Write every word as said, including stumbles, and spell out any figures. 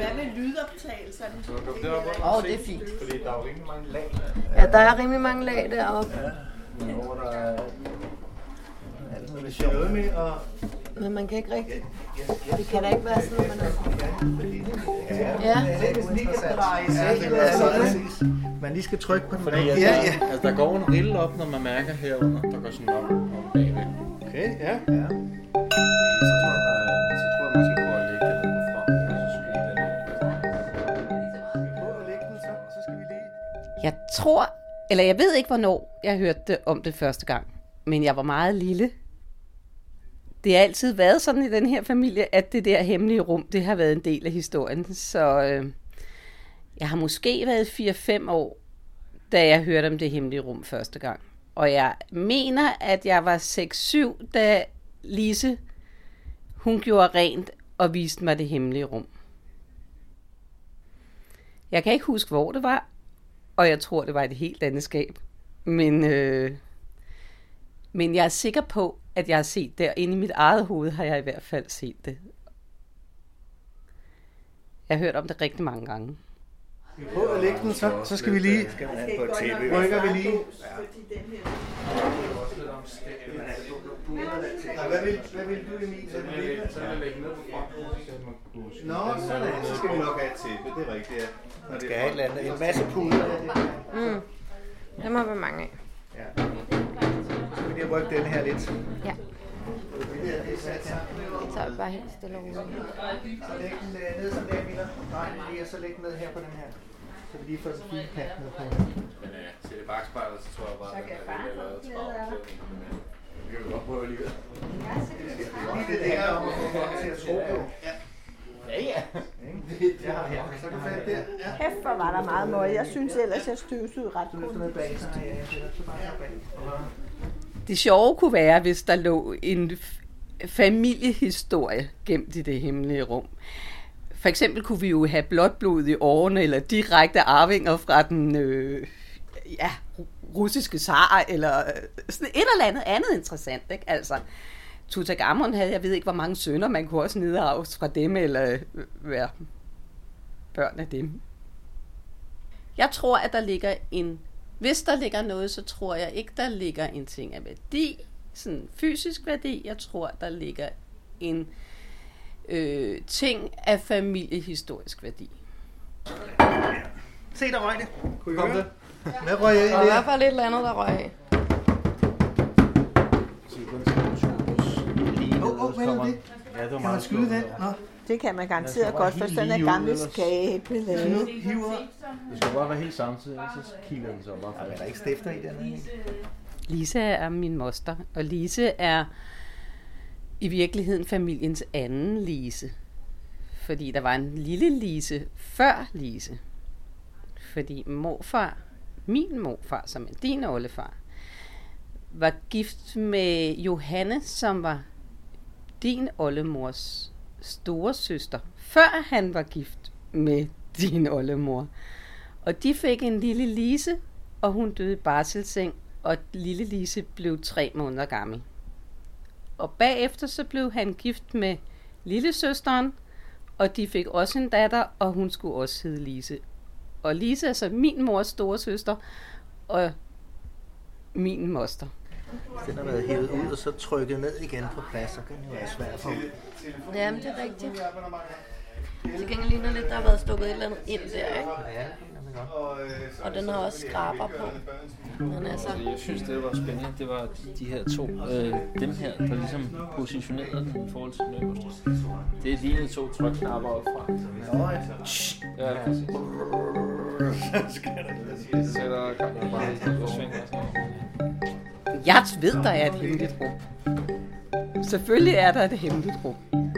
Hvad med lydoptagelserne? Åh, oh, det er fint. Fordi der er jo rimelig mange lag. Ja, der er rimelig mange lag deroppe. Ja, hvor der er alt muligt sjovt med, og men man kan ikke rigtig. Det kan da ikke være sådan, man er. Ja. Man lige skal trykke på den. Fordi ja, ja. Der, altså, der går en rille op, når man mærker herunder. Der går sådan op, op bagved. Okay, ja. ja. Så tror jeg, så tror jeg man skal prøve at lægge det ned på frem. Og så skyde den af. Prøv at lægge den så, så skal vi lige. Jeg tror, eller jeg ved ikke, hvornår jeg hørte det om det første gang. Men jeg var meget lille. Det har altid været sådan i den her familie, at det der hemmelige rum, det har været en del af historien. Så øh, jeg har måske været fire fem år, da jeg hørte om det hemmelige rum første gang. Og jeg mener, at jeg var seks syv, da Lise, hun gjorde rent og viste mig det hemmelige rum. Jeg kan ikke huske, hvor det var, og jeg tror, det var et helt andet skab. Men, øh, men jeg er sikker på, at jeg har set det, og inde i mit eget hoved har jeg i hvert fald set det. Jeg har hørt om det rigtig mange gange. Vi prøver at lægge den, så, så skal vi lige... Skal man have på et tv? Rykker vi lige? Hvad vil, hvad vil du, Emil? Så vil jeg lægge ned på frem. Nå, sådan. Så skal vi nok have et tæppe, det er rigtigt. Man skal have et eller andet. En masse puder. Mm. Der må være mange af. Ja. Så vil jeg rykke den her lidt. Ja. Så er det bare helt stille og roligt. Så læg den ned som der, Miller. Nej, lige og så læg den ned her på den her. Så vi lige får så fint kant ned på. Men ja, til det bagspejlet, så tror jeg bare, at den er lavet travlt. Vi kan jo godt prøve alligevel. Lige det der om at få til at tro på. Ja. Ja, ja. Jeg har her. Så kan du fat der. Hæft, hvor var der meget møg. Jeg synes ellers, jeg støvsede ret godt. Det sjove kunne være, hvis der lå en familiehistorie gemt i det hemmelige rum. For eksempel kunne vi jo have blåt blod i årene, eller direkte arvinger fra den øh, ja, russiske zar, eller sådan et eller andet andet interessant. Ikke? Altså, Tutankhamon havde, jeg ved ikke, hvor mange sønner, man kunne også nedarve fra dem, eller være børn af dem. Jeg tror, at der ligger en... Hvis der ligger noget, så tror jeg ikke, der ligger en ting af værdi, sådan fysisk værdi. Jeg tror, der ligger en øh, ting af familiehistorisk værdi. Se, der røg det. Kunne I komme det? Hvad røg jeg i det? Der er i hvert fald et eller andet, der røg af. Åh, åh, hvad er det? Ja, det var kan man skyde den? Nå. Det kan man garanteret godt, for sådan er gamle skabe lavet. Det skal bare være helt samtidig, så kilder den så bare. Ja, men er der ikke stifter i den? Lise er min moster, og Lise er i virkeligheden familiens anden Lise. Fordi der var en lille Lise før Lise. Fordi morfar, min morfar, som er din oldefar, var gift med Johanne, som var din oldemors store søster, før han var gift med din oldemor. Og de fik en lille Lise, og hun døde i barselsseng, og lille Lise blev tre måneder gammel. Og bagefter så blev han gift med lillesøsteren, og de fik også en datter, og hun skulle også hedde Lise. Og Lise er så min mors store søster, og min moster. Hvis den har været hævet ud og så trykket ned igen på plads, så kan det jo være svært for. Jamen, det er rigtigt. Til gengæld ligner lidt, der har været stukket et eller andet ind der, ikke? Ja, og den har også skraber på. Men altså... Jeg synes, det var spændende. Det var de her to, øh, dem her, der ligesom positionerede den i forhold til den øverste. Det er lignende to trykknapper opfra. Nå, ja. Ja, præcis. Så sætter kampen bare i sving og sådan. Jeg ved, der er et hemmeligt rum. Selvfølgelig er der et hemmeligt rum.